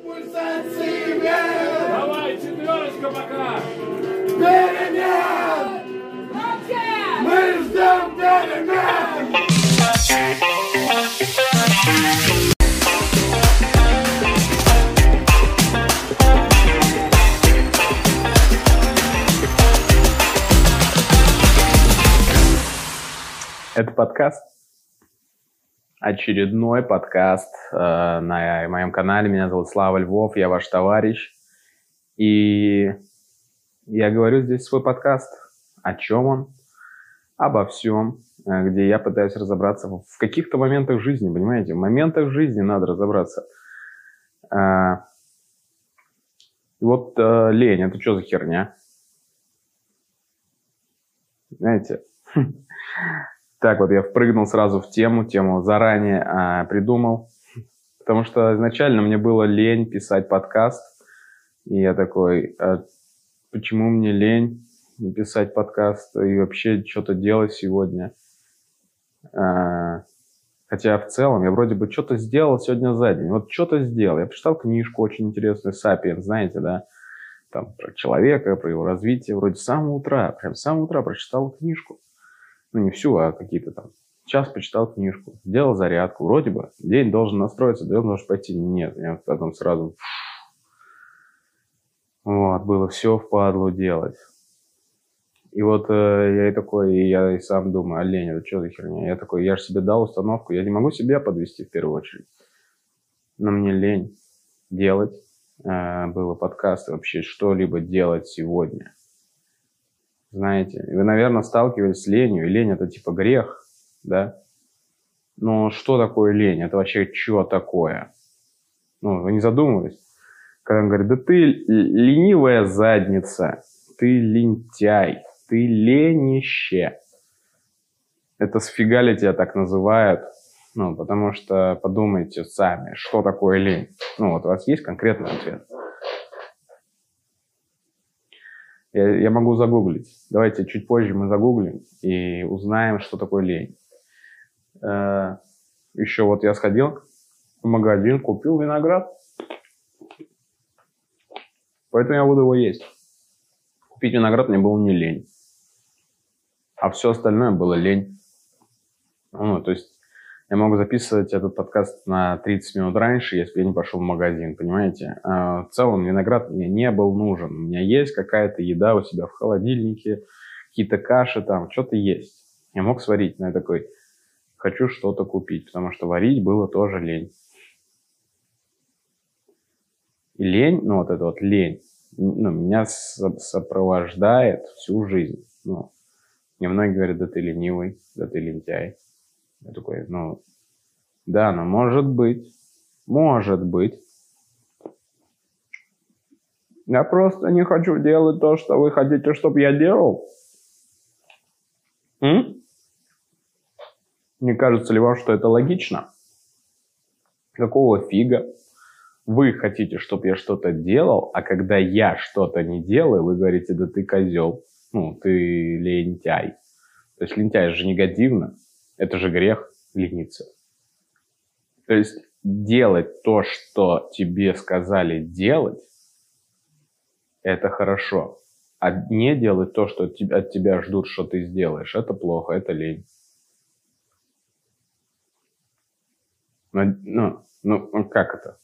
Пульсации вверх! Давай, четверочка пока! Перемен! Мы ждем перемен! Это подкаст. Очередной подкаст на моем канале. Меня зовут Слава Львов, я ваш товарищ. И я говорю здесь свой подкаст. О чем он? Обо всем, где я пытаюсь разобраться в каких-то моментах жизни, понимаете? В моментах жизни надо разобраться. Вот лень, это что за херня? Знаете... Так вот, я впрыгнул сразу в тему заранее придумал, потому что изначально мне было лень писать подкаст, и я такой, почему мне лень писать подкаст и вообще что-то делать сегодня? Хотя в целом я вроде бы что-то сделал сегодня за день, вот что-то сделал, я прочитал книжку очень интересную, «Сапиенс», знаете, да, там про человека, про его развитие, вроде с самого утра, прям с самого утра прочитал книжку. Ну, не всю, а какие-то там. Час почитал книжку, сделал зарядку. Вроде бы день должен настроиться, да он должен пойти. Нет, я потом сразу... Вот, было все впадлу делать. И вот я и такой, я и сам думаю, лень, это что за херня? Я такой, я же себе дал установку, я не могу себя подвести в первую очередь. Но мне лень делать. Было подкасты, вообще что-либо делать сегодня. Знаете, вы, наверное, сталкивались с ленью, и лень – это типа грех, да? Но что такое лень? Это вообще что такое? Ну, вы не задумывались? Когда он говорит, да ты ленивая задница, ты лентяй, ты ленище. Это сфига ли тебя так называют? Ну, потому что подумайте сами, что такое лень. Ну, вот у вас есть конкретный ответ. Я могу загуглить. Давайте чуть позже мы загуглим и узнаем, что такое лень. Еще вот я сходил в магазин, купил виноград. Поэтому я буду его есть. Купить виноград мне было не лень. А все остальное было лень. Ну, то есть я могу записывать этот подкаст на 30 минут раньше, если я не пошел в магазин, понимаете? В целом виноград мне не был нужен. У меня есть какая-то еда у себя в холодильнике, какие-то каши там, что-то есть. Я мог сварить, но я такой, хочу что-то купить, потому что варить было тоже лень. И лень, ну вот эта вот лень, ну, меня сопровождает всю жизнь. Ну, мне многие говорят, да ты ленивый, да ты лентяй. Я такой, ну, да, но может быть. Я просто не хочу делать то, что вы хотите, чтобы я делал. Не кажется ли вам, что это логично? Какого фига вы хотите, чтобы я что-то делал, а когда я что-то не делаю, вы говорите, да ты козел, ну, ты лентяй. То есть лентяй же негативно. Это же грех лениться. То есть делать то, что тебе сказали делать, это хорошо. А не делать то, что от тебя ждут, что ты сделаешь, это плохо, это лень. Ну, как это?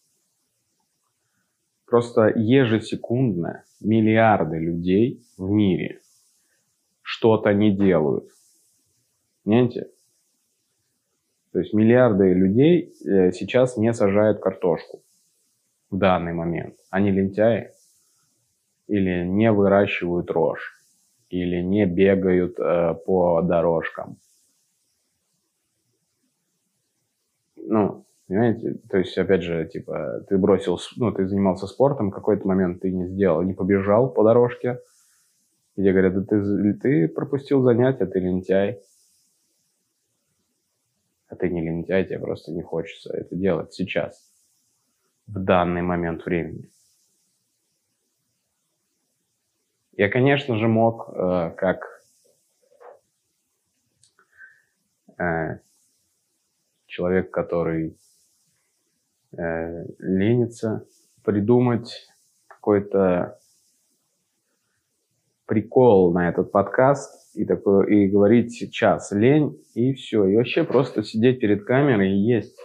Просто ежесекундно миллиарды людей в мире что-то не делают. Понимаете? То есть миллиарды людей сейчас не сажают картошку в данный момент. Они лентяи или не выращивают рожь, или не бегают по дорожкам. Ну, понимаете? То есть, опять же, типа, ты ты занимался спортом, в какой-то момент ты не сделал, не побежал по дорожке, и тебе говорят, да ты пропустил занятия, ты лентяй. А ты не лентяй, тебе просто не хочется это делать сейчас, в данный момент времени. Я, конечно же, мог, как человек, который ленится придумать какой-то прикол на этот подкаст и говорить сейчас лень, и все. И вообще просто сидеть перед камерой и есть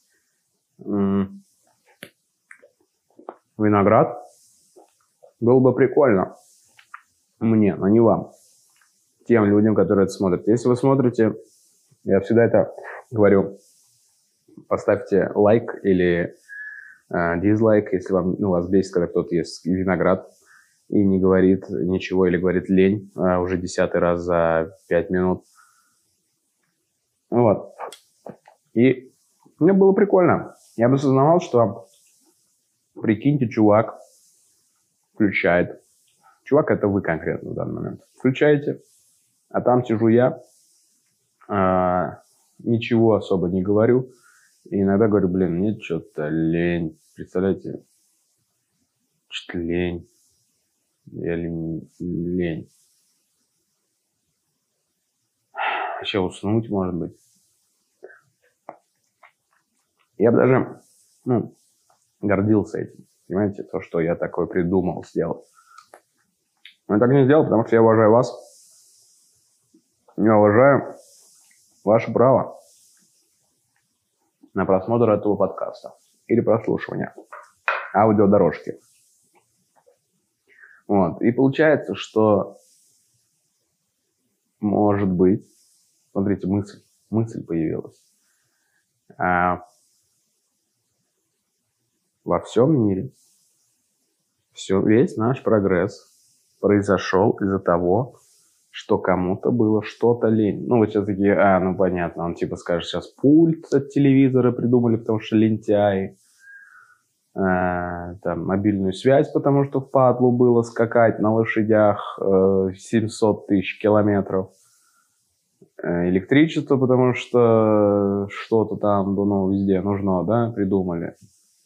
виноград. Было бы прикольно мне, но не вам. Тем людям, которые это смотрят. Если вы смотрите, я всегда это говорю, поставьте лайк или дизлайк, если вас бесит, когда кто-то ест виноград и не говорит ничего, или говорит лень уже 10-й раз за 5 минут. Вот. И мне было прикольно. Я бы осознавал, что, прикиньте, чувак включает. Чувак, это вы конкретно в данный момент. Включаете, а там сижу я, ничего особо не говорю. И иногда говорю, мне что-то лень. Представляете? Что-то лень. Я лень. Вообще уснуть, может быть. Я бы даже, гордился этим. Понимаете, то, что я такое придумал сделать. Но я так не сделал, потому что я уважаю вас. Я уважаю ваше право на просмотр этого подкаста или прослушивание аудиодорожки. Вот. И получается, что может быть, смотрите, мысль появилась. Во всем мире весь наш прогресс произошел из-за того, что кому-то было что-то лень. Вы сейчас такие, понятно, он типа скажет, сейчас пульт от телевизора придумали, потому что лентяи. Мобильную связь, потому что впадлу было скакать на лошадях 700 тысяч километров. Электричество, потому что что-то там везде нужно, да, придумали.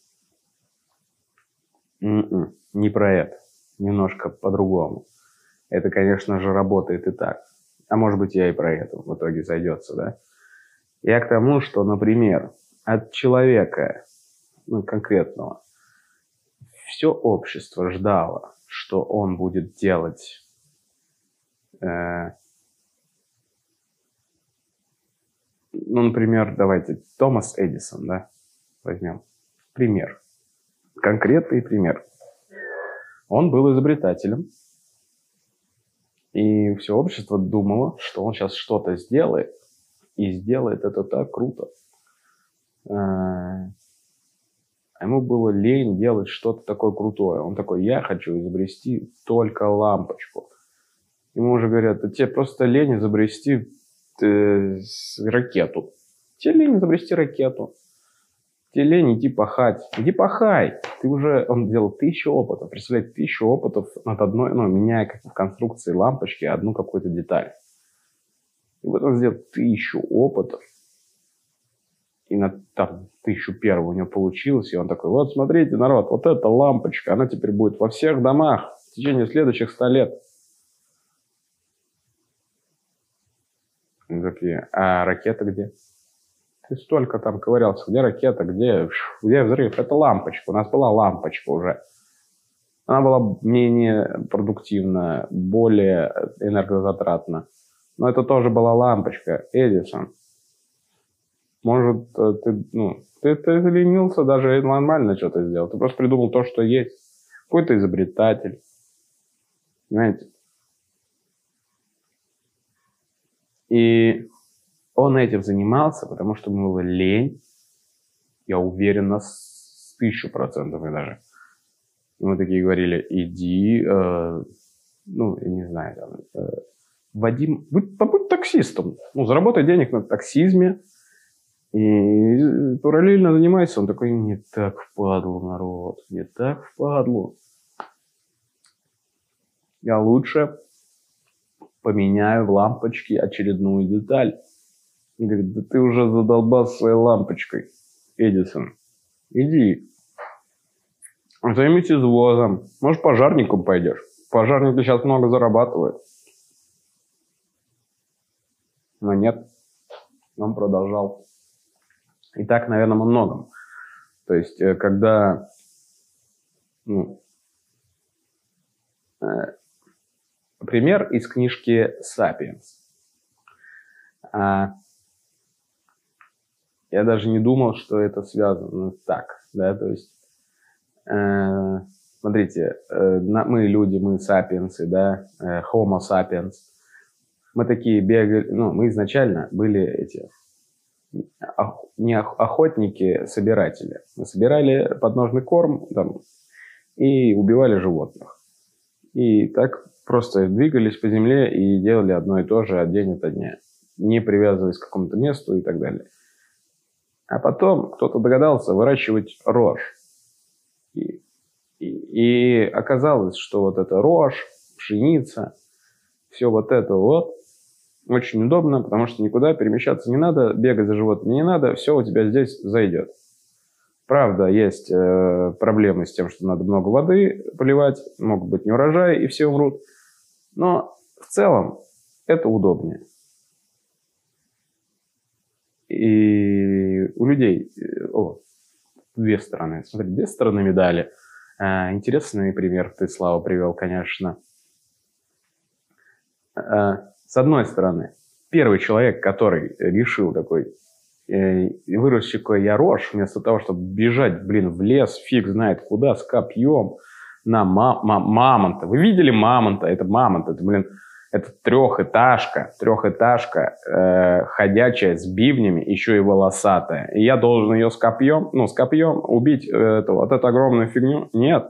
Не про это. Немножко по-другому. Это, конечно же, работает и так. А может быть, я и про это в итоге сойдется, да? Я к тому, что, например, от человека, конкретного, все общество ждало, что он будет делать например, давайте Томас Эдисон, да, возьмем пример. Конкретный пример. Он был изобретателем, и все общество думало, что он сейчас что-то сделает, и сделает это так круто. Ему было лень делать что-то такое крутое. Он такой, я хочу изобрести только лампочку. Ему уже говорят, тебе просто лень изобрести ракету. Тебе лень изобрести ракету. Тебе лень идти пахать. Иди пахай. Он делал 1000 опытов. Представляете, 1000 опытов над одной, меняя как в конструкции лампочки одну какую-то деталь. И вот он сделал 1000 опытов. И на 1001 у него получилось. И он такой, вот смотрите, народ, вот эта лампочка, она теперь будет во всех домах в течение следующих 100 лет. И такие, а ракета где? Ты столько там ковырялся. Где ракета? Где взрыв? Это лампочка. У нас была лампочка уже. Она была менее продуктивна, более энергозатратна. Но это тоже была лампочка. Эдисон. Может, ты ленился даже нормально что-то сделал. Ты просто придумал то, что есть. Какой-то изобретатель. Понимаете? И он этим занимался, потому что ему было лень. Я уверен, на 1000% и даже. И мы такие говорили, иди, я не знаю, побудь таксистом. Заработай денег на таксизме. И параллельно занимайся. Он такой, не так впадлу, народ, не так впадлу. Я лучше поменяю в лампочке очередную деталь. И говорит, да ты уже задолбался своей лампочкой, Эдисон. Иди. Займись извозом. Может, пожарником пойдешь. Пожарники сейчас много зарабатывают. Но нет. Он продолжал. И так, наверное, во многом. То есть, когда... Ну, пример из книжки «Сапиенс». Я даже не думал, что это связано так, да, то есть, смотрите, мы люди, мы сапиенсы, да, Homo sapiens, мы такие бегали, ну, мы изначально были эти, не охотники-собиратели, мы собирали подножный корм там, и убивали животных, и так просто двигались по земле и делали одно и то же день ото дня, не привязываясь к какому-то месту и так далее. А потом кто-то догадался выращивать рожь. И оказалось, что вот эта рожь, пшеница, все вот это вот очень удобно, потому что никуда перемещаться не надо, бегать за животными не надо, все у тебя здесь зайдет. Правда, есть проблемы с тем, что надо много воды поливать, могут быть неурожаи и все умрут. Но в целом это удобнее. И у людей две стороны. Смотри, две стороны медали. Интересный пример ты, Слава, привел, конечно. С одной стороны, первый человек, который решил такой, выращу-ка я рожь, вместо того, чтобы бежать, в лес, фиг знает куда, с копьем, на мамонта. Вы видели мамонта? Это мамонт, это трехэтажка, ходячая, с бивнями, еще и волосатая. И я должен ее с копьем убить вот эту огромную фигню? Нет.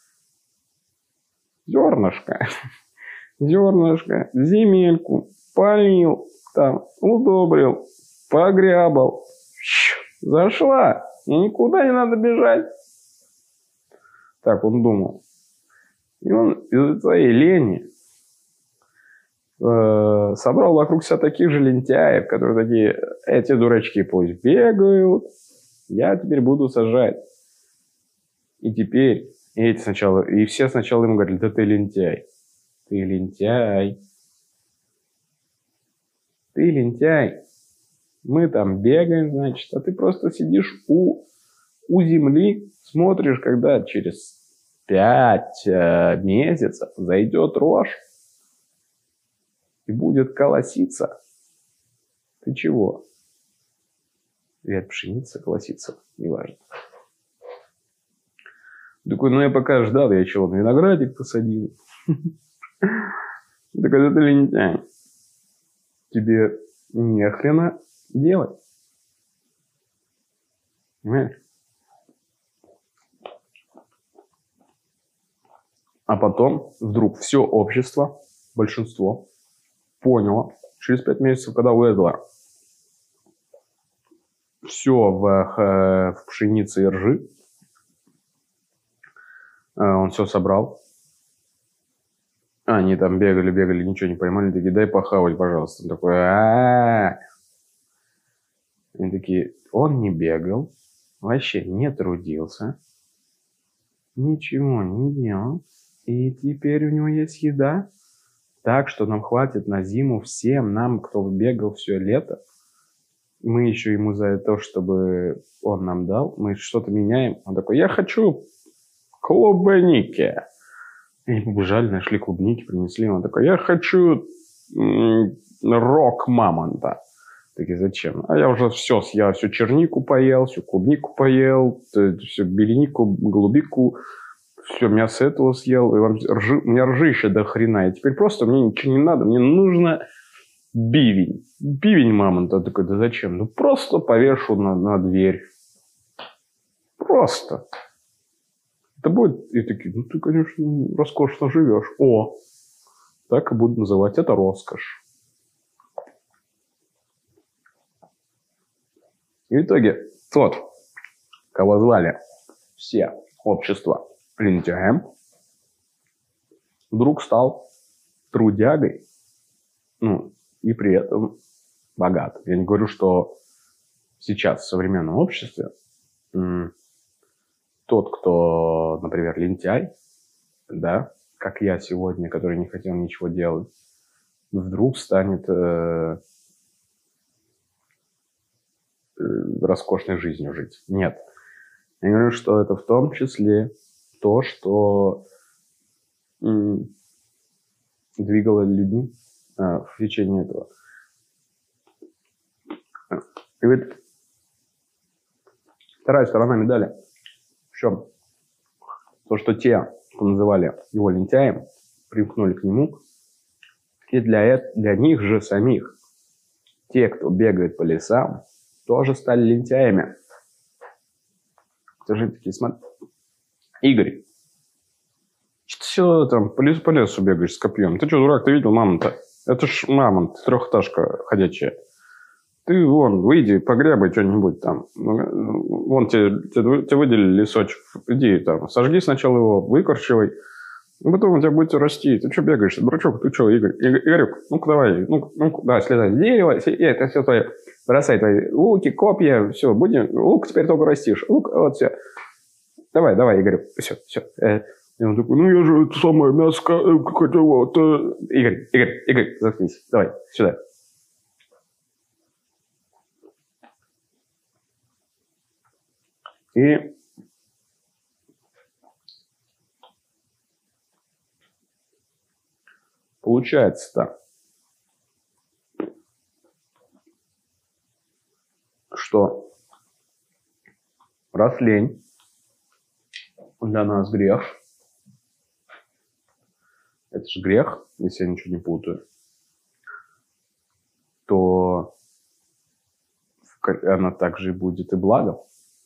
Зернышко, земельку, полил, там, удобрил, погрябал. Зашла, и никуда не надо бежать. Так он думал. И он из-за своей лени собрал вокруг себя таких же лентяев, которые такие, эти дурачки пусть бегают, я теперь буду сажать. И теперь, и все сначала ему говорили, да ты лентяй. Ты лентяй. Ты лентяй. Мы там бегаем, значит, а ты просто сидишь у земли, смотришь, когда через 5 месяцев зайдет рожь и будет колоситься. Ты чего? Или пшеница колосится, неважно. Такой, я пока ждал, я чего, на виноградик посадил. Такой, ты лентяй. Тебе нехрена делать. Понимаешь? А потом вдруг все общество, большинство, поняло, через 5 месяцев, когда увязла все в пшенице и ржи, он все собрал. Они там бегали, ничего не поймали, такие, дай похавать, пожалуйста. Он такой, Они такие, он не бегал, вообще не трудился, ничего не делал, и теперь у него есть еда, так что нам хватит на зиму всем нам, кто бегал все лето. Мы еще ему за то, чтобы он нам дал, мы что-то меняем. Он такой, я хочу клубники. И они побежали, нашли клубники, принесли. Он такой, я хочу рог мамонта. Такие, зачем? А я уже все съел, всю чернику поел, всю клубнику поел, всю беленику, голубику, все мясо этого съел. И у меня ржища до хрена. И теперь просто мне ничего не надо, мне нужно бивень. Бивень мамонта. Он такой, да зачем? Просто повешу на дверь. Просто. Это будет... И такие, ты, конечно, роскошно живешь. Так и буду называть. Это роскошь. И в итоге тот, кого звали все общество лентяем, вдруг стал трудягой, и при этом богатым. Я не говорю, что сейчас в современном обществе тот, кто, например, лентяй, да, как я сегодня, который не хотел ничего делать, вдруг станет роскошной жизнью жить. Нет. Я говорю, что это в том числе то, что двигало людьми в течение этого. И вот вторая сторона медали в чем? То, что те, кто называли его лентяем, примкнули к нему, и для них же самих те, кто бегает по лесам, тоже стали лентяями. Скажи, такие, смотри, Игорь, что ты все там по лесу бегаешь с копьем? Ты что, дурак, ты видел мамонта? Это ж мамонт, трехэтажка ходячая. Ты вон, выйди, погребай что-нибудь там. Вон тебе выделили лесочек. Иди там, сожги сначала его, выкорчевай. Потом у тебя будет расти. Ты что бегаешь? Дурачок, ты что, Игорь? Игорек, ну-ка давай. Ну-ка, давай, слезай с дерева. Это все твои. Бросай твои луки, копья. Все, будем. Лук теперь только растишь. Лук, вот все. Давай, Игорь. Все. И он такой, ну я же это самое мясо хотел. Вот. Игорь, заткнись. Давай, сюда. И получается-то, что раз лень для нас грех, это же грех, если я ничего не путаю, то она также будет и благом.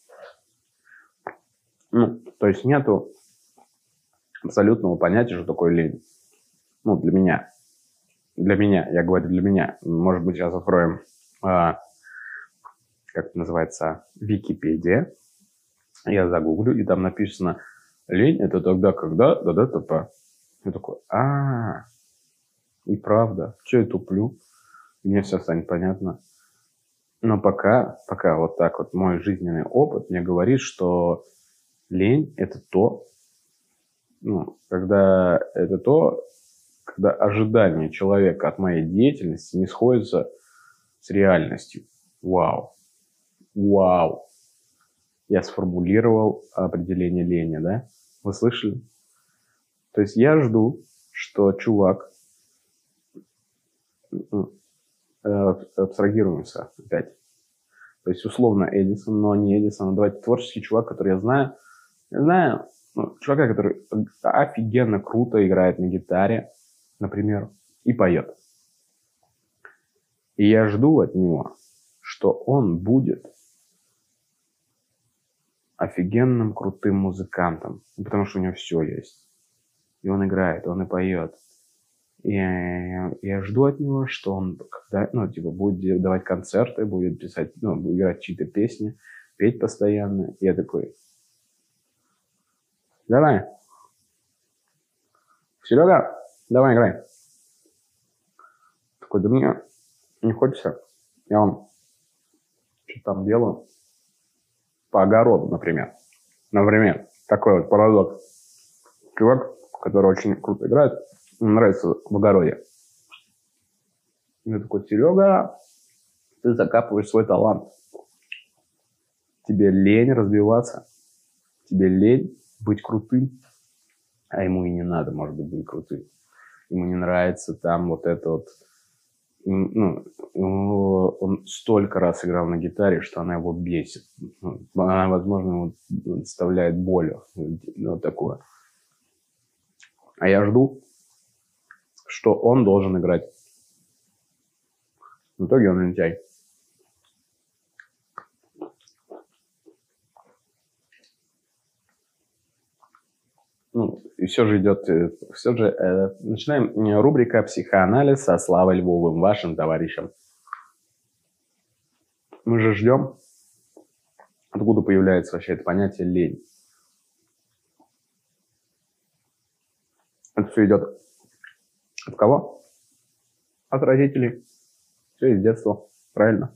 Ну, то есть нету абсолютного понятия, что такое лень. Ну, для меня. Я говорю для меня. Может быть, сейчас откроем, как это называется, Википедия. Я загуглю, и там написано, лень это тогда, когда, да-да-да-да. Я такой, и правда, что я туплю? Мне все станет понятно. Но пока вот так вот мой жизненный опыт мне говорит, что лень это то, когда ожидания человека от моей деятельности не сходятся с реальностью. Вау. Я сформулировал определение лени, да? Вы слышали? То есть я жду, что чувак, абстрагируемся опять. То есть условно Эдисон, но не Эдисон, давайте творческий чувак, который я знаю, чувака, который офигенно круто играет на гитаре, например, и поет. И я жду от него, что он будет офигенным крутым музыкантом, потому что у него все есть. И он играет, он и поет. И я жду от него, что он будет давать концерты, будет писать, будет играть чьи-то песни, петь постоянно. И я такой, давай, Серега, давай играй. Такой, да мне не хочется. Я вам что-то там делаю. По огороду, например. Такой вот парадокс. Чувак, который очень круто играет, мне нравится в огороде. И я такой, Серега, ты закапываешь свой талант. Тебе лень развиваться. Тебе лень быть крутым. А ему и не надо, может быть крутым. Ему не нравится там вот это вот. Он столько раз играл на гитаре, что она его бесит. Она, возможно, ему доставляет боль. Вот такое. А я жду, что он должен играть. В итоге он лентяй. И все же начинаем рубрика «Психоанализ» со Славой Львовым, вашим товарищем. Мы же ждем, откуда появляется вообще это понятие лень. Это все идет от кого? От родителей. Все из детства. Правильно?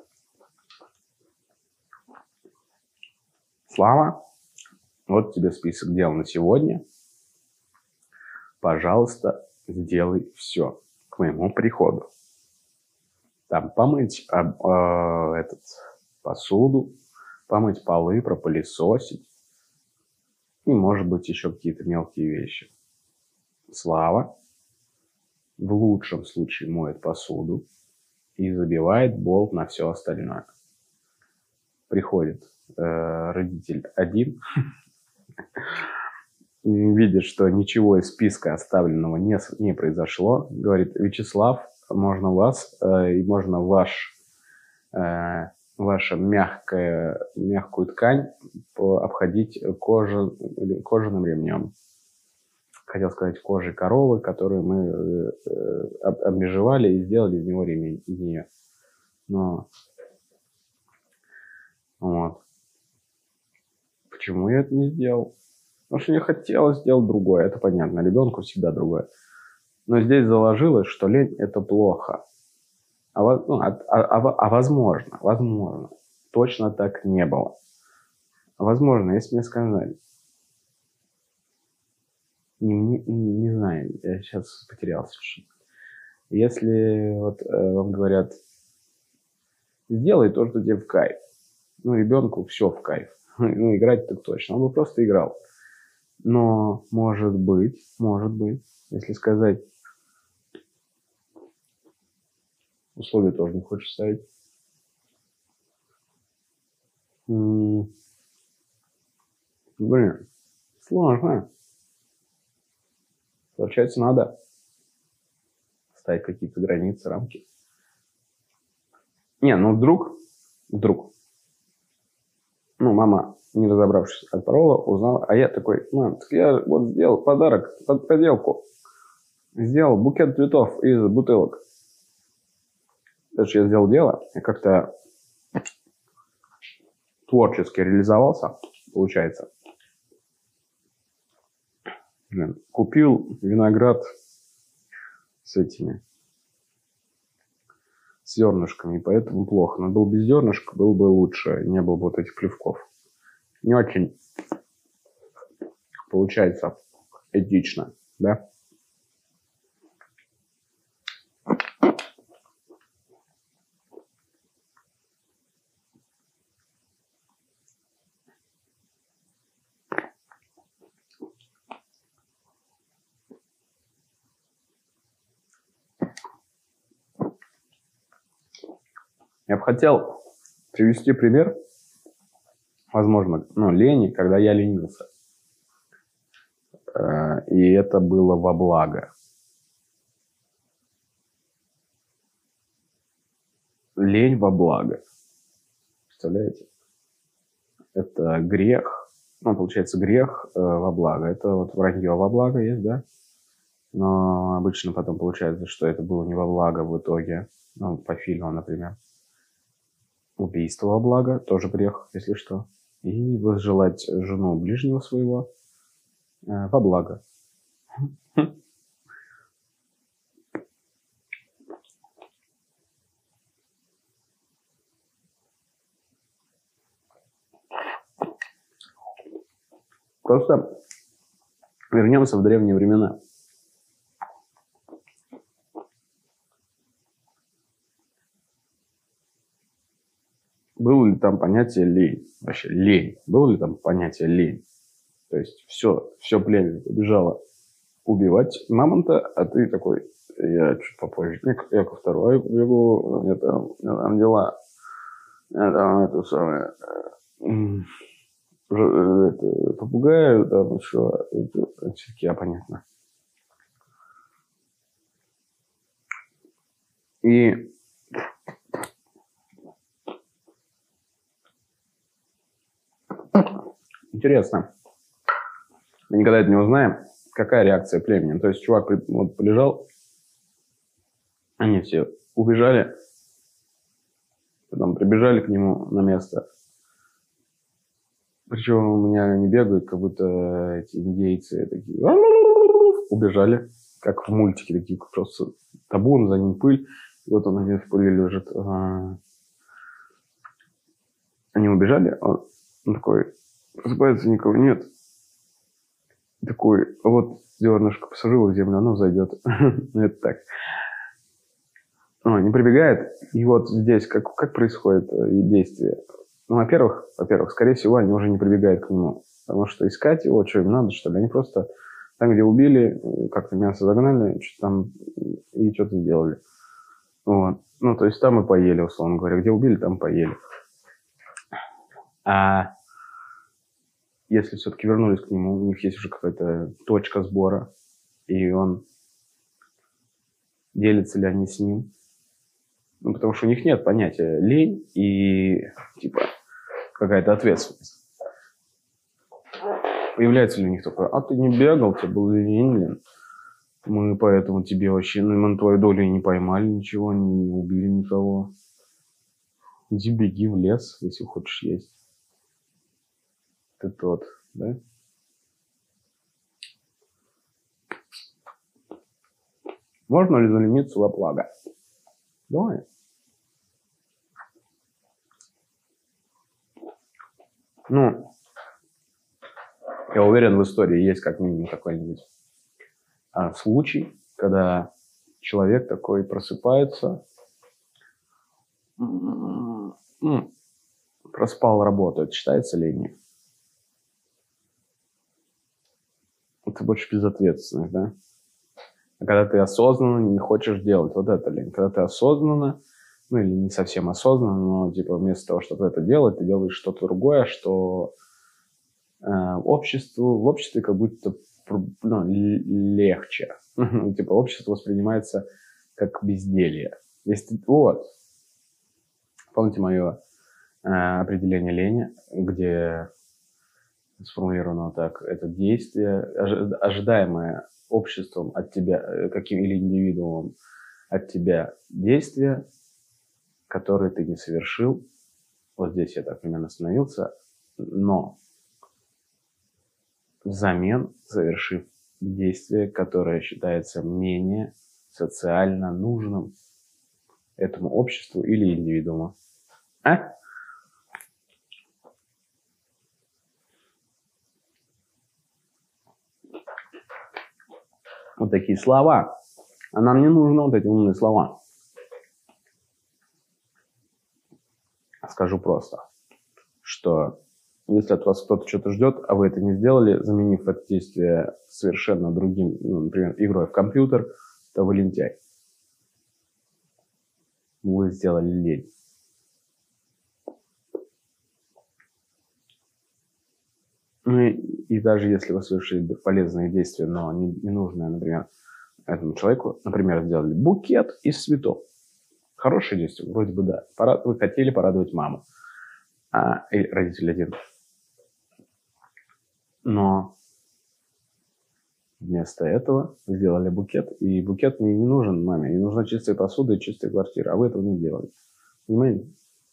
Слава, вот тебе список дел на сегодня. Пожалуйста, сделай все к моему приходу. Там помыть посуду, помыть полы, пропылесосить. И, может быть, еще какие-то мелкие вещи. Слава в лучшем случае моет посуду и забивает болт на все остальное. Приходит родитель один, видит, что ничего из списка оставленного не произошло, говорит: Вячеслав, можно вас и можно вашу мягкую ткань обходить кожаным ремнем. Хотел сказать кожей коровы, которую мы обмежевали и сделали из него ремень, из нее. Но вот. Почему я это не сделал? Потому что мне хотелось сделать другое, это понятно, ребенку всегда другое. Но здесь заложилось, что лень – это плохо. Возможно, точно так не было. Возможно, если мне сказали, не знаю, я сейчас потерялся чуть-чуть. Если вот вам говорят, сделай то, что тебе в кайф. Ну, ребенку все в кайф. Ну, играть так точно. Он бы просто играл. Но, может быть, если сказать, условия тоже не хочешь ставить. Блин, сложно. Получается, надо ставить какие-то границы, рамки. Не, ну вдруг, ну, мама, не разобравшись, отпорола, узнала, а я такой: мам, так я вот сделал подарок, поделку. Сделал букет цветов из бутылок. Это же я сделал дело, я как-то творчески реализовался, получается. Купил виноград с этими, с зернышками, и поэтому плохо. Но был без зернышка, было бы лучше, не было бы вот этих плевков. Не очень получается этично, да? Я бы хотел привести пример, возможно, лени, когда я ленился. И это было во благо. Лень во благо. Представляете? Это грех. Ну, получается, грех во благо. Это вот вранье во благо есть, да? Но обычно потом получается, что это было не во благо в итоге. Ну, по фильму, например. Убийство во благо, тоже грех, если что. И возжелать жену ближнего своего во благо. Просто вернемся в древние времена. Было ли там понятие лень? Вообще лень. Было ли там понятие лень? То есть все племя побежало убивать мамонта, а ты такой: я чуть попозже. Я ко второй бегу, там дела. Это самое... попугаю, там еще... Я понятно. И интересно, мы никогда это не узнаем, какая реакция племени. То есть чувак вот полежал, они все убежали, потом прибежали к нему на место. Причем у меня они бегают, как будто эти индейцы такие убежали, как в мультике, такие просто табун, за ним пыль. И вот он один в пыли лежит. Они убежали, он такой: просыпается, никого нет. Такой: вот зернышко посажу в землю, оно взойдет. Ну, это так. Не прибегает. И вот здесь как происходит действие? Ну, во-первых, скорее всего, они уже не прибегают к нему. Потому что искать его, что им надо, что ли? Они просто там, где убили, как-то мясо загнали, что-то там и что-то сделали. Вот. Ну, то есть там и поели, условно говоря. Где убили, там поели. А если все-таки вернулись к нему, у них есть уже какая-то точка сбора, и он... Делятся ли они с ним? Ну, потому что у них нет понятия лень и, типа, какая-то ответственность. Появляется ли у них такое: а ты не бегал, тебе был лень, блин. Мы поэтому тебе вообще, ну, мы на твою долю и не поймали ничего, не убили никого. Иди беги в лес, если хочешь есть. Ты тот, да? Можно ли залениться во благо? Давай. Ну, я уверен, в истории есть как минимум какой-нибудь случай, когда человек такой просыпается, проспал работу. Это считается ленью? Это больше безответственность, да? А когда ты осознанно не хочешь делать, вот это лень. Когда ты осознанно, ну или не совсем осознанно, но типа вместо того, чтобы это делать, ты делаешь что-то другое, что в обществе как будто легче. Типа общество воспринимается как безделье. Вот. Помните мое определение лени, где сформулировано так: это действие, ожидаемое обществом от тебя, каким или индивидуумом от тебя действие, которое ты не совершил. Вот здесь я так примерно остановился, но взамен совершив действие, которое считается менее социально нужным этому обществу или индивидууму. Вот такие слова. А нам не нужны вот эти умные слова. Скажу просто, что если от вас кто-то что-то ждет, а вы это не сделали, заменив это действие совершенно другим, ну, например, игрой в компьютер, то вы лентяй. Вы сделали лень. Ну и даже если вы совершили полезные действия, но не нужные, например, этому человеку, например, сделали букет из цветов. Хорошее действие? Вроде бы да. Вы хотели порадовать маму. Или родитель один. Но вместо этого вы сделали букет, и букет не нужен маме. Ей нужна чистая посуда и чистая квартира, а вы этого не делали. Понимаете?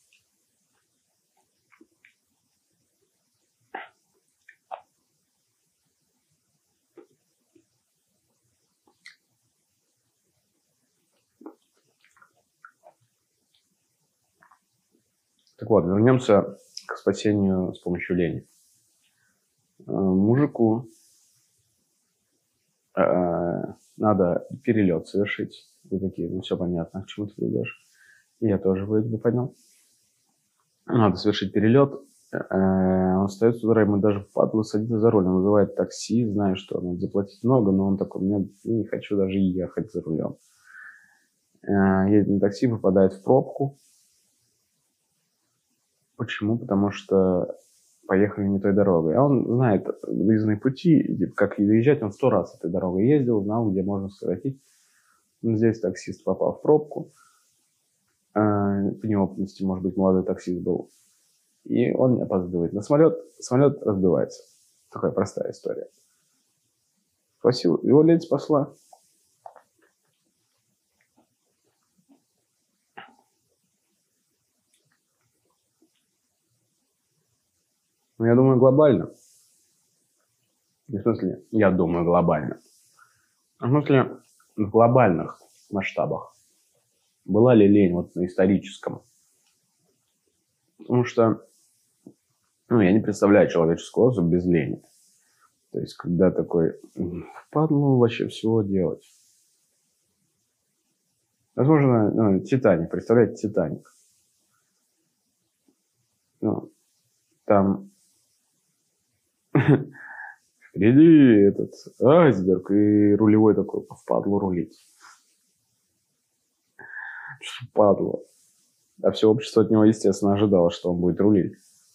Так вот, вернемся к спасению с помощью лени. Мужику надо перелет совершить. Вы такие: ну все понятно, к чему ты придешь. И я тоже вроде бы понял. Надо совершить перелет. Он встает с утра, ему даже впадло садиться за руль. Он вызывает такси, зная, что надо заплатить много, но он такой: я не хочу даже ехать за рулем. Едет на такси, попадает в пробку. Почему? Потому что поехали не той дорогой. А он знает выездные пути, как доезжать. Он 100 раз этой дорогой ездил, знал, где можно сократить. Но здесь таксист попал в пробку. По неопытности, может быть, молодой таксист был. И он не опаздывает на самолет. Самолет разбивается. Такая простая история. Спасибо. Его лень спасла. Ну, я думаю, глобально. В смысле, я думаю глобально. В смысле, в глобальных масштабах. Была ли лень вот на историческом? Потому что, я не представляю человеческую особь без лени. То есть, когда такой: впадло вообще всего делать. Возможно, Титаник. Представляете, Титаник. Ну, там впереди этот айсберг, и рулевой такой, впадлу рулить. Что впадлу. А все общество от него, естественно, ожидало, что он будет рулить.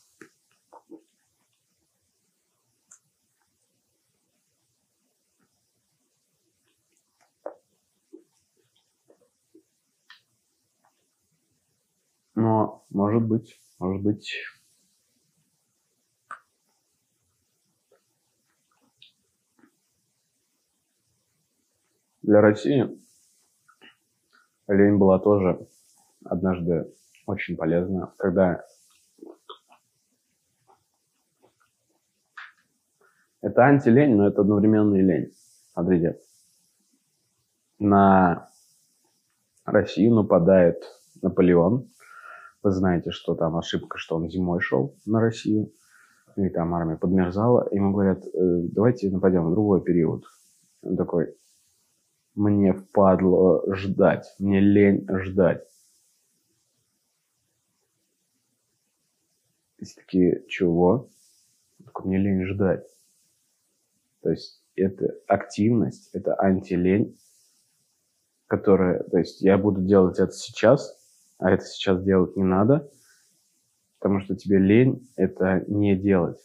Но, может быть, для России лень была тоже однажды очень полезна, когда это антилень, но это одновременно и лень. Смотрите, на Россию нападает Наполеон. Вы знаете, что там ошибка, что он зимой шел на Россию, и там армия подмерзала. Ему говорят, давайте нападем в другой период. Он такой, мне впадло ждать, мне лень ждать. И все такие, чего? Такой, мне лень ждать. То есть это активность, это антилень, которая, то есть я буду делать это сейчас, а это сейчас делать не надо, потому что тебе лень это не делать.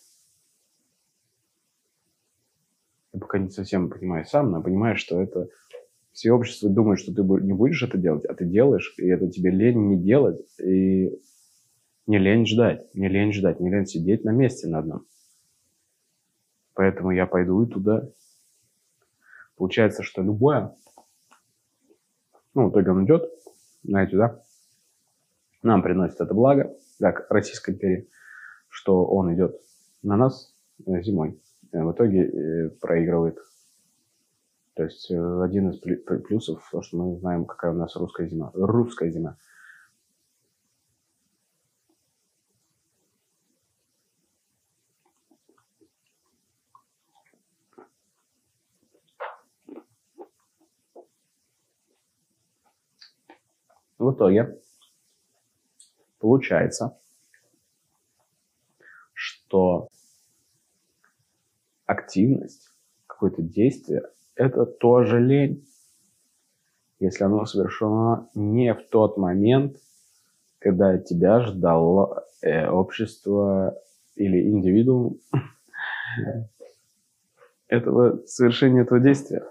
Я пока не совсем понимаю сам, но понимаю, что это все общество думает, что ты не будешь это делать, а ты делаешь, и это тебе лень не делать, и не лень ждать, не лень сидеть на месте на одном. Поэтому я пойду и туда. Получается, что любое, в итоге он идет, знаете, да, нам приносит это благо, как Российской империи, что он идет на нас зимой. В итоге проигрывает. То есть один из плюсов, то, что мы знаем, какая у нас русская зима. Русская зима. В итоге получается, что активность, какое-то действие, это тоже лень, если оно совершено не в тот момент, когда тебя ждало общество или индивидуум совершения этого действия.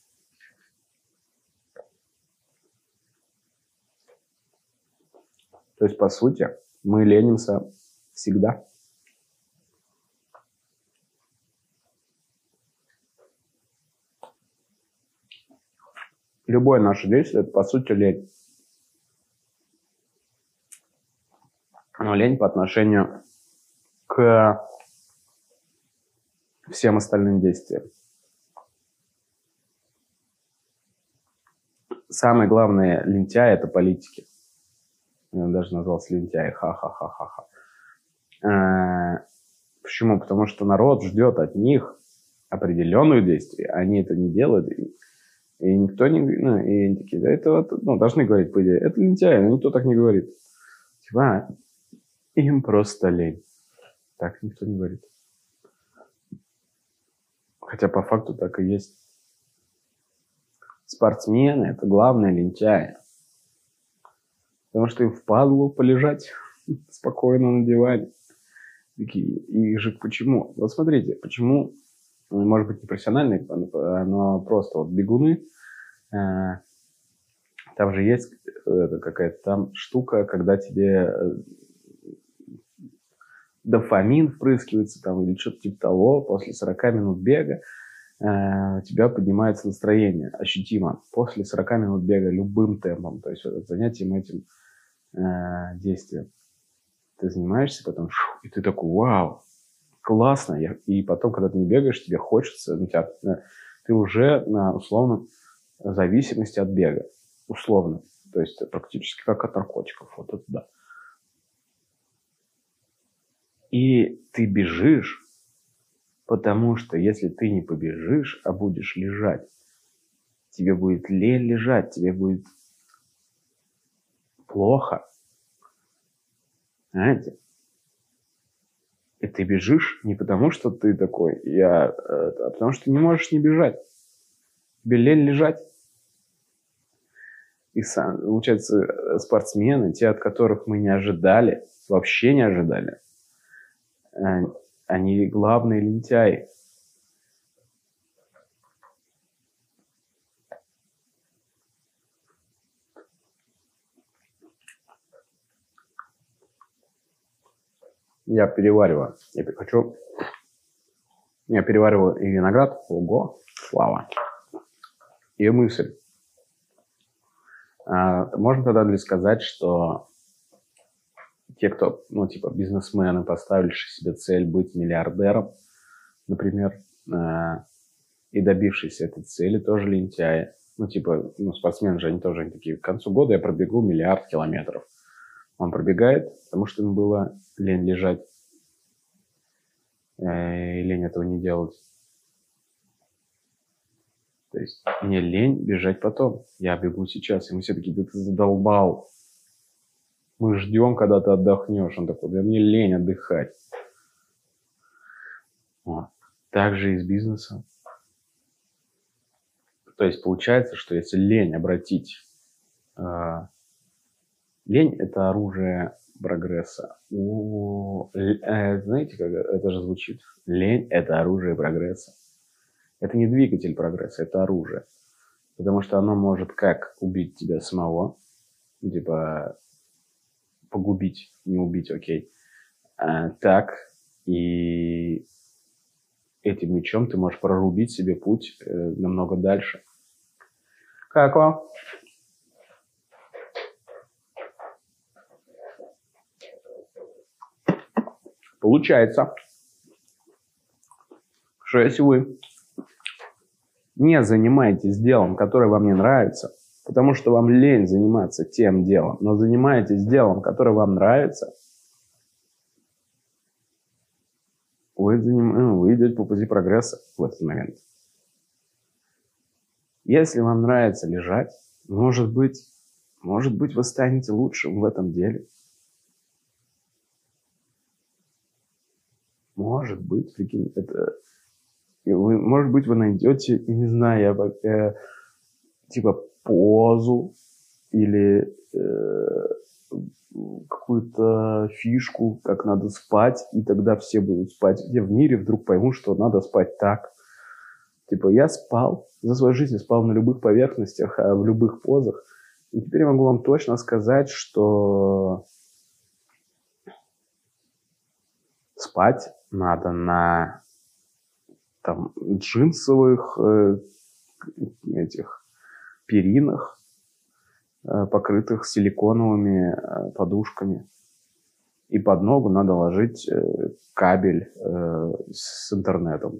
То есть, по сути, мы ленимся всегда. Любое наше действие – это, по сути, лень. Но лень по отношению к всем остальным действиям. Самое главное лентяй – это политики. Я даже назвался лентяй. Ха-ха-ха-ха-ха. Почему? Потому что народ ждет от них определенных действий. Они это не делают. И никто не... и они такие, да, это должны говорить, по идее. Это лентяй, но никто так не говорит. Типа, им просто лень. Так никто не говорит. Хотя по факту так и есть. Спортсмены – это главные лентяи. Потому что им впадло полежать спокойно на диване. И же почему? Вот смотрите, почему, может быть, не профессиональные, но просто вот бегуны. Там же есть какая-то там штука, когда тебе дофамин впрыскивается там, или что-то типа того. После 40 минут бега у тебя поднимается настроение ощутимо. После 40 минут бега любым темпом, то есть занятием этим действием. Ты занимаешься, потом, и ты такой, вау, классно. И потом, когда ты не бегаешь, тебе хочется, ты уже на условном зависимости от бега. Условно. То есть практически как от наркотиков. Вот это да. И ты бежишь, потому что если ты не побежишь, а будешь лежать, тебе будет лень лежать, тебе будет плохо. Знаете? И ты бежишь не потому, что ты такой, а потому что ты не можешь не бежать. Тебе лень лежать. И получается, спортсмены, те, от которых мы не ожидали, вообще не ожидали, они главные лентяи. Я перевариваю. Я перевариваю и виноград. Ого, слава. И мысль. Можно тогда ли сказать, что те, кто, бизнесмены, поставившие себе цель быть миллиардером, например, и добившиеся этой цели, тоже лентяи. Спортсмены же, они тоже такие, к концу года я пробегу 1 миллиард километров. Он пробегает, потому что ему было лень лежать. И лень этого не делать. То есть мне лень бежать потом. Я бегу сейчас. И мы все такие, да ты задолбал. Мы ждем, когда ты отдохнешь. Он такой, да мне лень отдыхать. Вот. Так же и с бизнесом. То есть получается, что если лень обратить... Лень – это оружие прогресса. Знаете, как это же звучит? Лень – это оружие прогресса. Это не двигатель прогресса, это оружие. Потому что оно может как убить тебя самого, погубить, не убить, окей. Так и этим мечом ты можешь прорубить себе путь намного дальше. Как вам? Получается, что если вы не занимаетесь делом, которое вам не нравится, потому что вам лень заниматься тем делом, но занимаетесь делом, которое вам нравится, вы идете по пути прогресса в этот момент. Если вам нравится лежать, может быть, вы станете лучшим в этом деле. Может быть, вы найдете, не знаю, позу или какую-то фишку, как надо спать, и тогда все будут спать. Где в мире вдруг поймут, что надо спать так. Я спал, за свою жизнь спал на любых поверхностях, в любых позах. И теперь я могу вам точно сказать, что спать надо на джинсовых перинах, покрытых силиконовыми подушками. И под ногу надо ложить кабель с интернетом.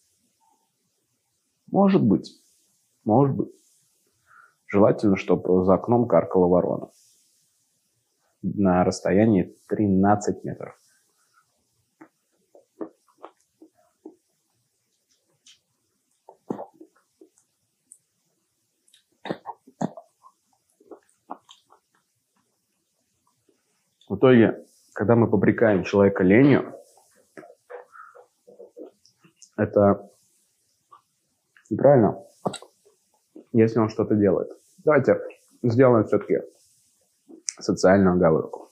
Может быть. Желательно, чтобы за окном каркала ворона. На расстоянии 13 метров. В итоге, когда мы попрекаем человека ленью, это неправильно, если он что-то делает. Давайте сделаем все-таки социальную оговорку.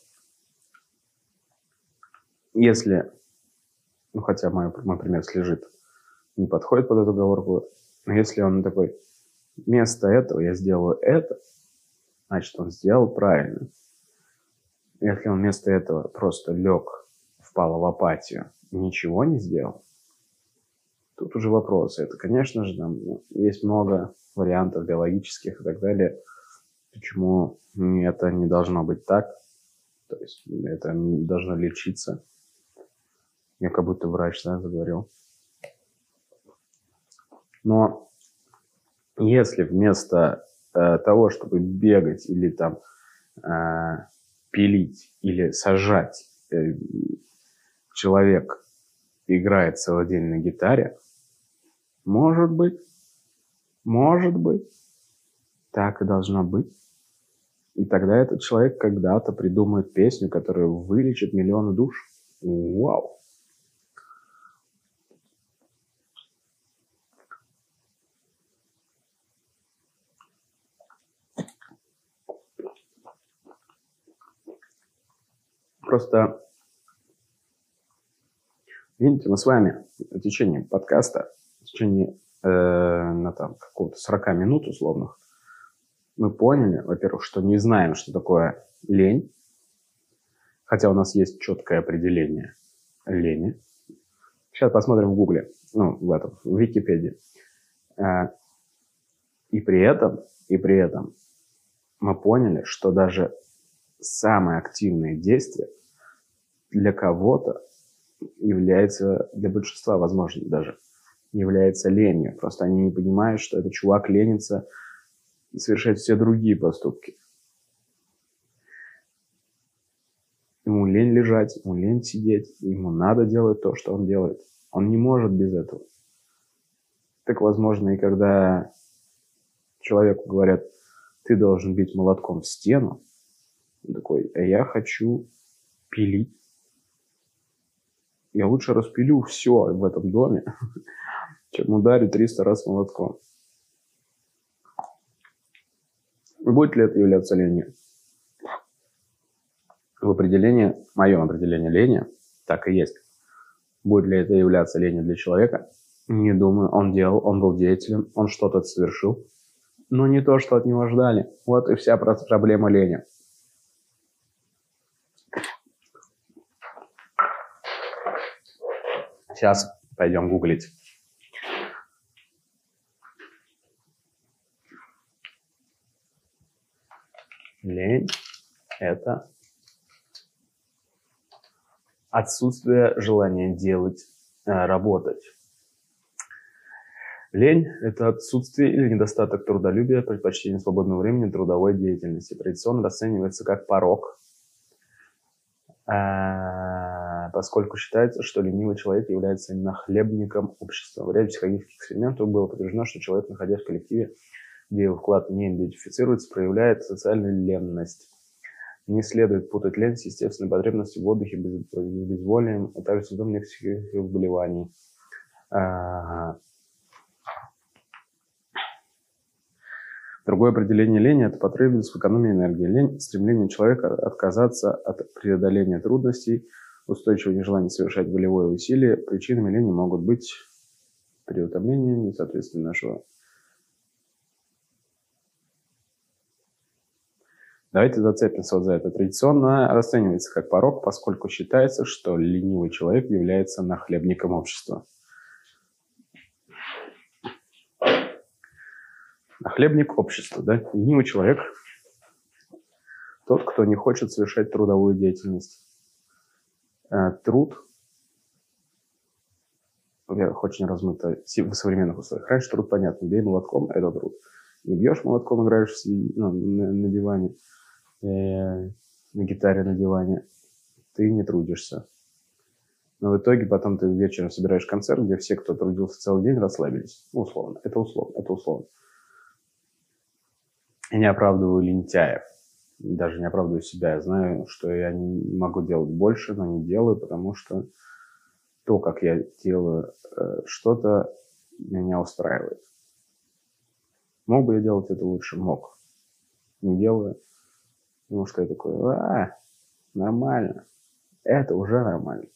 Если, хотя мой пример слежит, не подходит под эту оговорку, но если он такой, вместо этого я сделаю это, значит, он сделал правильно. Если он вместо этого просто лег, впал в апатию и ничего не сделал, тут уже вопросы. Это, конечно же, есть много вариантов биологических и так далее, почему это не должно быть так. То есть это должно лечиться. Я как будто врач, заговорил. Но если вместо того, чтобы бегать или пилить или сажать, человек играет целый день на гитаре, может быть, так и должно быть. И тогда этот человек когда-то придумает песню, которая вылечит миллионы душ. Вау! Просто, видите, мы с вами в течение подкаста, в течение на там какого-то 40 минут условных, мы поняли, во-первых, что не знаем, что такое лень, хотя у нас есть четкое определение лени. Сейчас посмотрим в Гугле, в Википедии. И при этом мы поняли, что даже самые активные действия для кого-то является, для большинства, возможно, даже является ленью. Просто они не понимают, что этот чувак ленится совершать все другие поступки. Ему лень лежать, ему лень сидеть, ему надо делать то, что он делает. Он не может без этого. Так, возможно, и когда человеку говорят, ты должен бить молотком в стену, он такой, а я хочу пилить. Я лучше распилю все в этом доме, чем ударю 300 раз молотком. Будет ли это являться ленью? Мое определение лени так и есть. Будет ли это являться ленью для человека? Не думаю. Он был деятелем, он что-то совершил, но не то, что от него ждали. Вот и вся проблема лени. Сейчас пойдем гуглить. Лень – это отсутствие желания делать, работать. Лень – это отсутствие или недостаток трудолюбия, предпочтение свободного времени, трудовой деятельности. Традиционно расценивается как порок, поскольку считается, что ленивый человек является нахлебником общества. В ряде психологических экспериментов было подтверждено, что человек, находясь в коллективе, где его вклад не идентифицируется, проявляет социальную ленность. Не следует путать лень с естественной потребностью в отдыхе, безволием, а также симптомом некоторых заболеваний. Другое определение лени – это потребность в экономии энергии. Лень – стремление человека отказаться от преодоления трудностей, устойчивое нежелание совершать волевое усилие. Причинами лени могут быть переутомление, несоответствие нашего. Давайте зацепимся вот за это. Традиционно расценивается как порок, поскольку считается, что ленивый человек является нахлебником общества. Нахлебник общества, да? Ленивый человек – тот, кто не хочет совершать трудовую деятельность. Труд, во-первых, очень размыто в современных условиях. Раньше труд, понятно, бей молотком – это труд. Не бьешь молотком, играешь на диване, на гитаре на диване, ты не трудишься. Но в итоге потом ты вечером собираешь концерт, где все, кто трудился целый день, расслабились. Ну, условно. Это условно. Я не оправдываю лентяев. Даже не оправдываю себя. Я знаю, что я не могу делать больше, но не делаю, потому что то, как я делаю что-то, меня устраивает. Мог бы я делать это лучше? Мог. Не делаю. Потому что я такой, нормально. Это уже нормально.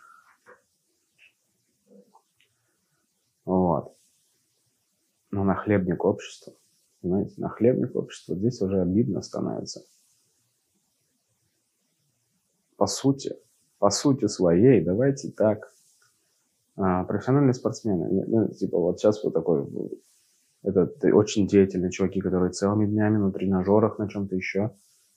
Вот. Но нахлебник общества. Понимаете, нахлебник общества. Здесь уже обидно становится. По сути своей, давайте так. Профессиональные спортсмены. Вот сейчас вот такой... Это очень деятельные чуваки, которые целыми днями на тренажерах, на чем-то еще.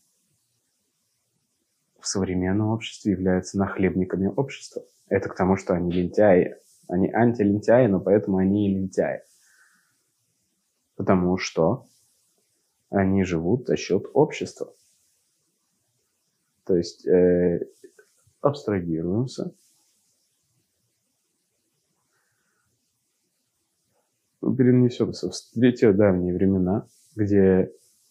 В современном обществе являются нахлебниками общества. Это к тому, что они лентяи. Они антилентяи, но поэтому они и лентяи. Потому что они живут за счет общества. То есть абстрагируемся. Перенесемся в те давние времена, где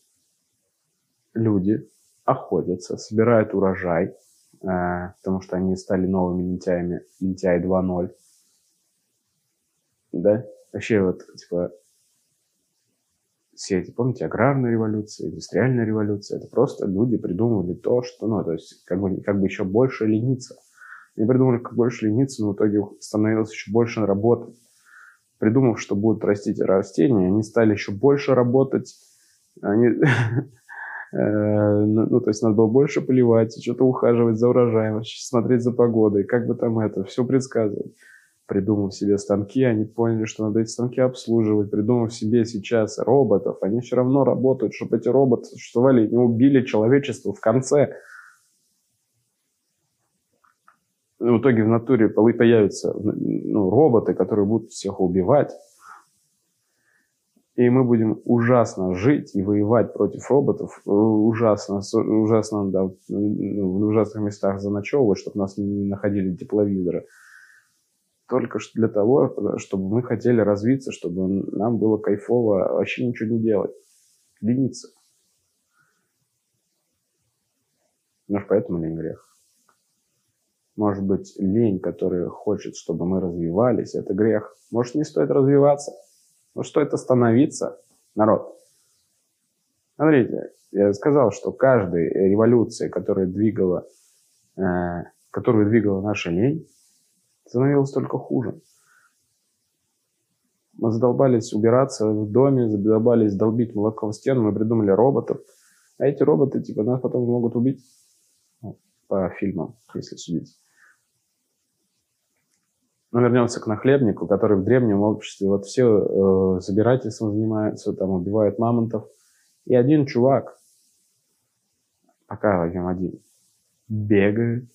люди охотятся, собирают урожай, потому что они стали новыми лентяями, лентяи 2.0. Да? Вообще вот, типа, все эти, помните, аграрная революция, индустриальная революция, это просто люди придумывали то, что, ну, то есть, как бы еще больше лениться. Они придумали, как больше лениться, но в итоге становилось еще больше работать. Придумав, что будут расти растения, они стали еще больше работать. Они, ну, то есть, надо было больше поливать, что-то ухаживать за урожаем, смотреть за погодой, как бы там это, все предсказывать. Придумав себе станки, они поняли, что надо эти станки обслуживать. Придумав себе сейчас роботов, они все равно работают, чтобы эти роботы существовали и не убили человечество в конце. В итоге в натуре появятся, ну, роботы, которые будут всех убивать. И мы будем ужасно жить и воевать против роботов, ужасно, да, в ужасных местах заночевывать, чтобы нас не находили тепловизоры. Только для того, чтобы мы хотели развиться, чтобы нам было кайфово вообще ничего не делать. Лениться. Может, поэтому лень грех. Может быть, лень, которая хочет, чтобы мы развивались, это грех. Может, не стоит развиваться. Может, стоит остановиться, народ. Смотрите, я сказал, что каждая революция, которая двигала наша лень, становилось только хуже. Мы задолбались убираться в доме, задолбались долбить молоко в стену, мы придумали роботов. А эти роботы, типа, нас потом могут убить. По фильмам, если судить. Но вернемся к нахлебнику, который в древнем обществе вот все забирательством занимаются, там убивают мамонтов. И один чувак, пока возьмем один, бегает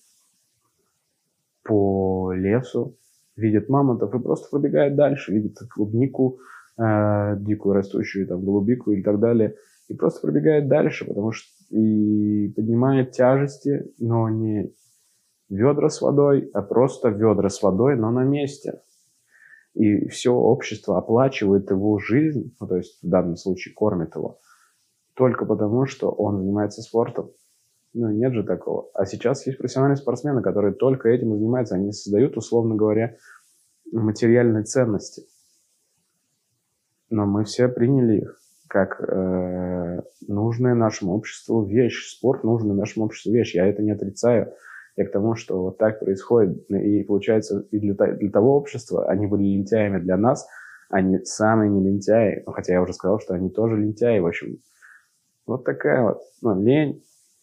по лесу, видит мамонтов и просто пробегает дальше, видит клубнику, дикую растущую, там, голубику и так далее, и просто пробегает дальше, потому что и поднимает тяжести, но не ведра с водой, а просто ведра с водой, но на месте. И все общество оплачивает его жизнь, ну, то есть в данном случае кормит его, только потому, что он занимается спортом. Ну, нет же такого. А сейчас есть профессиональные спортсмены, которые только этим и занимаются. Они создают, условно говоря, материальные ценности. Но мы все приняли их как нужная нашему обществу вещь. Спорт нужная нашему обществу вещь. Я это не отрицаю. Я к тому, что вот так происходит. И получается, и для того общества они были лентяями для нас, они самые не лентяи. Ну, хотя я уже сказал, что они тоже лентяи. В общем, вот такая вот, ну, лень.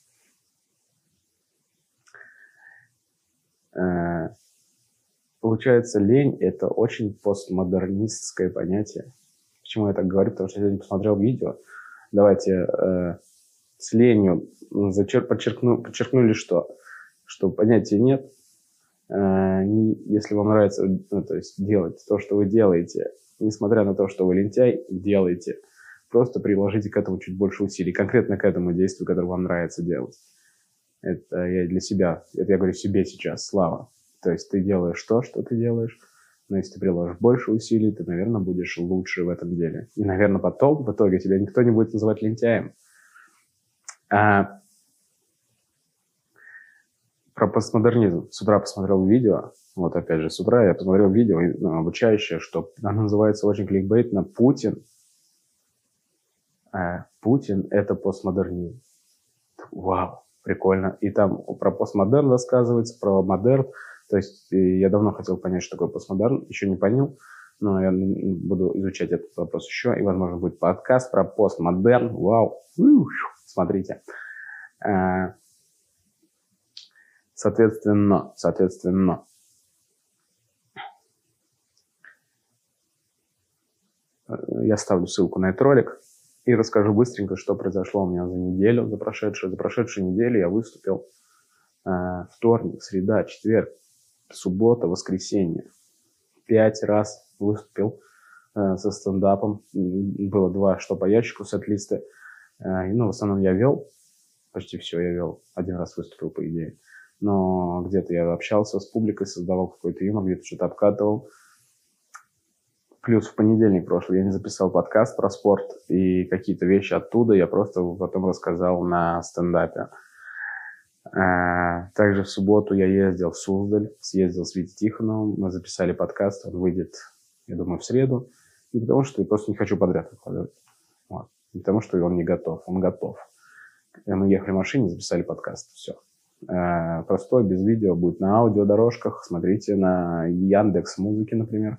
Получается, лень – это очень постмодернистское понятие. Почему я так говорю? Потому что я сегодня посмотрел видео. Давайте с ленью подчеркнули, что понятия нет. Если вам нравится, ну, то есть делать то, что вы делаете, несмотря на то, что вы лентяй, делайте. Просто приложите к этому чуть больше усилий. Конкретно к этому действию, которое вам нравится делать. Это я для себя. Это я говорю себе сейчас. Слава. То есть ты делаешь то, что ты делаешь. Но если ты приложишь больше усилий, ты, наверное, будешь лучше в этом деле. И, наверное, потом, в итоге, тебя никто не будет называть лентяем. Про постмодернизм. С утра посмотрел видео. Вот опять же, с утра я посмотрел видео обучающее, что оно называется очень кликбейтно «Путин». Путин – это постмодернизм. Вау, прикольно. И там про постмодерн рассказывается, про модерн. То есть я давно хотел понять, что такое постмодерн, еще не понял, но я буду изучать этот вопрос еще, и, возможно, будет подкаст про постмодерн. Вау, смотрите. Соответственно, я ставлю ссылку на этот ролик и расскажу быстренько, что произошло у меня за неделю, за прошедшую неделю я выступил вторник, среда, четверг, суббота, воскресенье. 5 раз выступил со стендапом. Было 2 что по ящику сет-листы. Ну, в основном я вел. Почти все я вел. 1 раз выступил, по идее. Но где-то я общался с публикой, создавал какой-то юмор, где-то что-то обкатывал. Плюс в понедельник прошлый я не записал подкаст про спорт. И какие-то вещи оттуда я просто потом рассказал на стендапе. Также в субботу я ездил в Суздаль, съездил с Витей Тихоновым, мы записали подкаст, он выйдет, я думаю, в среду, и потому что я просто не хочу подряд выкладывать. Вот. Не потому, что он не готов, он готов. Мы ехали в машине, записали подкаст, все. Простой, без видео, будет на аудиодорожках. Смотрите на Яндекс.Музыке, например.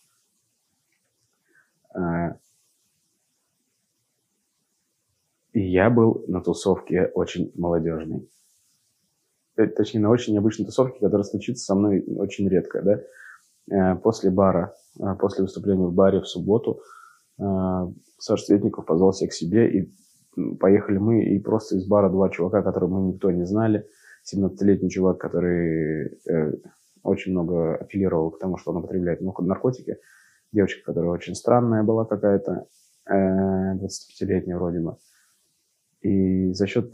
И я был на тусовке очень молодежной. Точнее, на очень необычной тусовке, которая случится со мной очень редко, да. После бара, после выступления в баре в субботу, Саша Светников позвал всех к себе, и поехали мы, и просто из бара два чувака, которых мы никто не знали. 17-летний чувак, который очень много апеллировал к тому, что он употребляет наркотики. Девочка, которая очень странная была какая-то, 25-летняя вроде бы. И за счет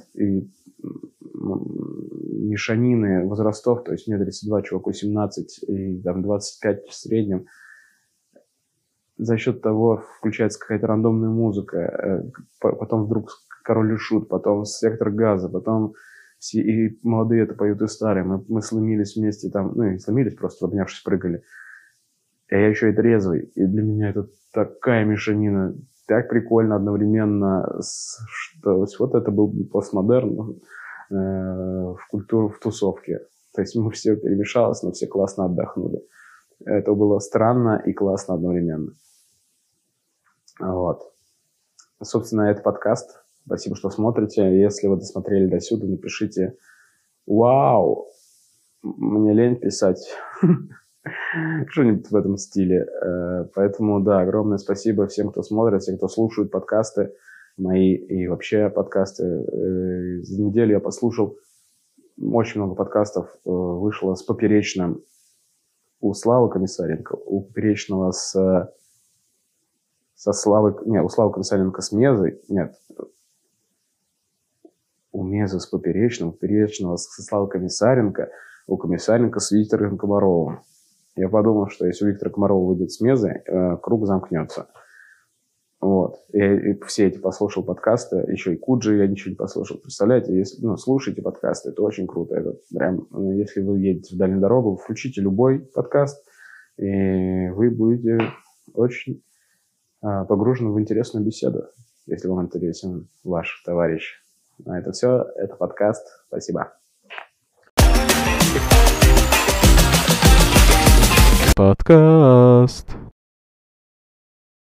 мешанины возрастов, то есть мне 32, чуваку 17 и там 25 в среднем, за счет того включается какая-то рандомная музыка, потом вдруг Король и Шут, потом Сектор Газа, потом все и молодые это поют, и старые. Мы сломились вместе там, ну и сломились, просто обнявшись, прыгали. А я еще и трезвый, и для меня это такая мешанина, так прикольно одновременно, что вот это был постмодерн в культуру, в тусовке. То есть мы все перемешалось, но все классно отдохнули. Это было странно и классно одновременно. Вот. Собственно, это подкаст. Спасибо, что смотрите. Если вы досмотрели до сюда, напишите «Вау!». Мне лень писать что-нибудь в этом стиле. Поэтому, да, огромное спасибо всем, кто смотрит, всем, кто слушает подкасты мои и вообще подкасты. За неделю я послушал очень много подкастов. Вышло с Поперечным у Славы Комиссаренко, у Поперечного со Славой... Нет, у Славы Комиссаренко с Мезой. Нет. У Мезы с Поперечным, у Поперечного со Славой Комиссаренко, у Комиссаренко с Виктором Комаровым. Я подумал, что если у Виктора Комарова выйдет с Мезы, круг замкнется. Вот. Я все эти послушал подкасты, еще и Куджи я ничего не послушал. Представляете, если слушайте подкасты, это очень круто. Это прям, если вы едете в дальнюю дорогу, включите любой подкаст, и вы будете очень погружены в интересную беседу, если вам интересен ваш товарищ. А это все, это подкаст. Спасибо. Подкаст.